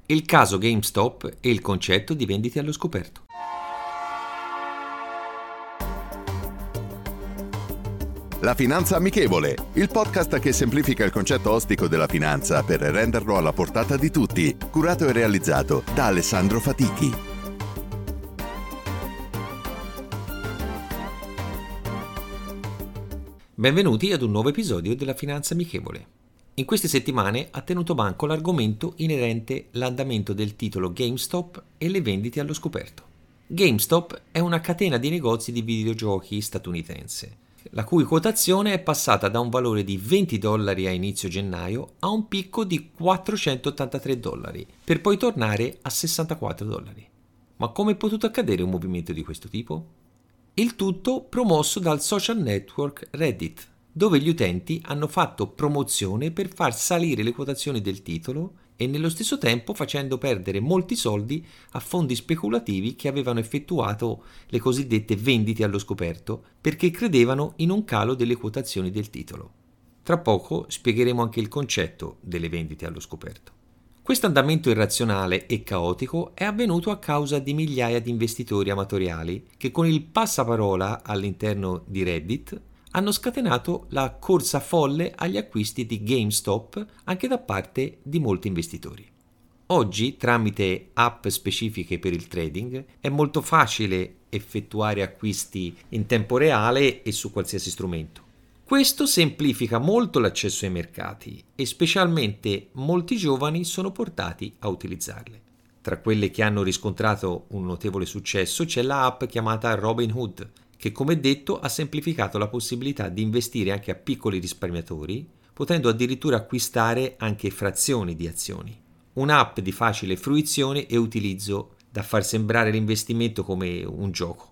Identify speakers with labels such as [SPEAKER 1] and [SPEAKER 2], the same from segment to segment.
[SPEAKER 1] il caso GameStop e il concetto di vendite allo scoperto.
[SPEAKER 2] La Finanza Amichevole, il podcast che semplifica il concetto ostico della finanza per renderlo alla portata di tutti, curato e realizzato da Alessandro Fatichi.
[SPEAKER 1] Benvenuti ad un nuovo episodio della Finanza Amichevole. In queste settimane ha tenuto banco l'argomento inerente all'andamento del titolo GameStop e le vendite allo scoperto. GameStop è una catena di negozi di videogiochi statunitense, la cui quotazione è passata da un valore di $20 a inizio gennaio a un picco di $483, per poi tornare a $64. Ma come è potuto accadere un movimento di questo tipo? Il tutto promosso dal social network Reddit, dove gli utenti hanno fatto promozione per far salire le quotazioni del titolo e nello stesso tempo facendo perdere molti soldi a fondi speculativi che avevano effettuato le cosiddette vendite allo scoperto perché credevano in un calo delle quotazioni del titolo. Tra poco spiegheremo anche il concetto delle vendite allo scoperto. Questo andamento irrazionale e caotico è avvenuto a causa di migliaia di investitori amatoriali che con il passaparola all'interno di Reddit hanno scatenato la corsa folle agli acquisti di GameStop anche da parte di molti investitori. Oggi, tramite app specifiche per il trading, è molto facile effettuare acquisti in tempo reale e su qualsiasi strumento. Questo semplifica molto l'accesso ai mercati e specialmente molti giovani sono portati a utilizzarle. Tra quelle che hanno riscontrato un notevole successo c'è l'app chiamata Robinhood, che come detto ha semplificato la possibilità di investire anche a piccoli risparmiatori, potendo addirittura acquistare anche frazioni di azioni. Un'app di facile fruizione e utilizzo da far sembrare l'investimento come un gioco.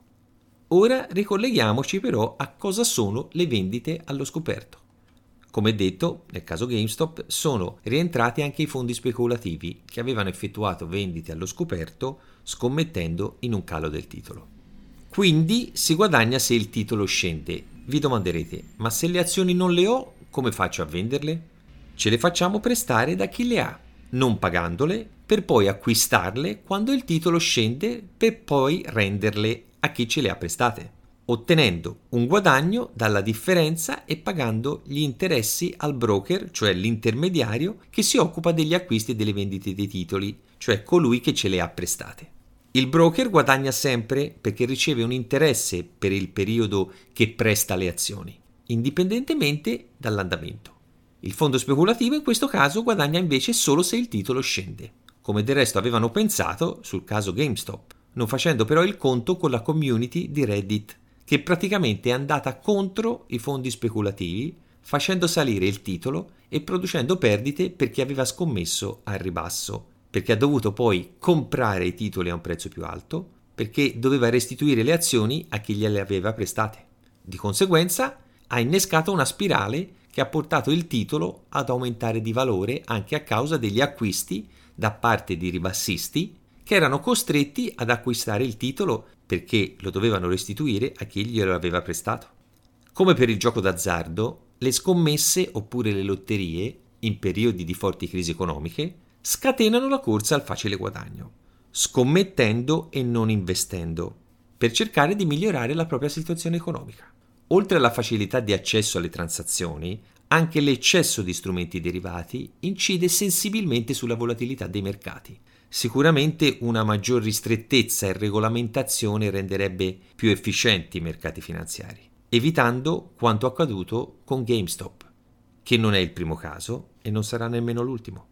[SPEAKER 1] Ora ricolleghiamoci però a cosa sono le vendite allo scoperto. Come detto, nel caso GameStop sono rientrati anche i fondi speculativi che avevano effettuato vendite allo scoperto scommettendo in un calo del titolo. Quindi si guadagna se il titolo scende. Vi domanderete, ma se le azioni non le ho, come faccio a venderle? Ce le facciamo prestare da chi le ha, non pagandole, per poi acquistarle quando il titolo scende per poi renderle a chi ce le ha prestate, ottenendo un guadagno dalla differenza e pagando gli interessi al broker, cioè l'intermediario che si occupa degli acquisti e delle vendite dei titoli, cioè colui che ce le ha prestate. Il broker guadagna sempre perché riceve un interesse per il periodo che presta le azioni, indipendentemente dall'andamento. Il fondo speculativo in questo caso guadagna invece solo se il titolo scende, come del resto avevano pensato sul caso GameStop, non facendo però il conto con la community di Reddit, che praticamente è andata contro i fondi speculativi, facendo salire il titolo e producendo perdite per chi aveva scommesso al ribasso, perché ha dovuto poi comprare i titoli a un prezzo più alto, perché doveva restituire le azioni a chi gliele aveva prestate. Di conseguenza ha innescato una spirale che ha portato il titolo ad aumentare di valore anche a causa degli acquisti da parte di ribassisti che erano costretti ad acquistare il titolo perché lo dovevano restituire a chi glielo aveva prestato. Come per il gioco d'azzardo, le scommesse oppure le lotterie, in periodi di forti crisi economiche, scatenano la corsa al facile guadagno, scommettendo e non investendo, per cercare di migliorare la propria situazione economica. Oltre alla facilità di accesso alle transazioni, anche l'eccesso di strumenti derivati incide sensibilmente sulla volatilità dei mercati. Sicuramente una maggior ristrettezza e regolamentazione renderebbe più efficienti i mercati finanziari, evitando quanto accaduto con GameStop, che non è il primo caso e non sarà nemmeno l'ultimo.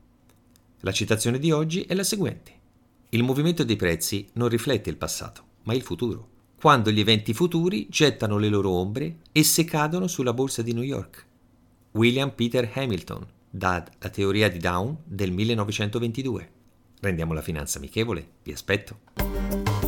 [SPEAKER 1] La citazione di oggi è la seguente: il movimento dei prezzi non riflette il passato, ma il futuro, quando gli eventi futuri gettano le loro ombre e se cadono sulla borsa di New York. William Peter Hamilton, da La teoria di Down del 1922. Rendiamo la finanza amichevole, vi aspetto.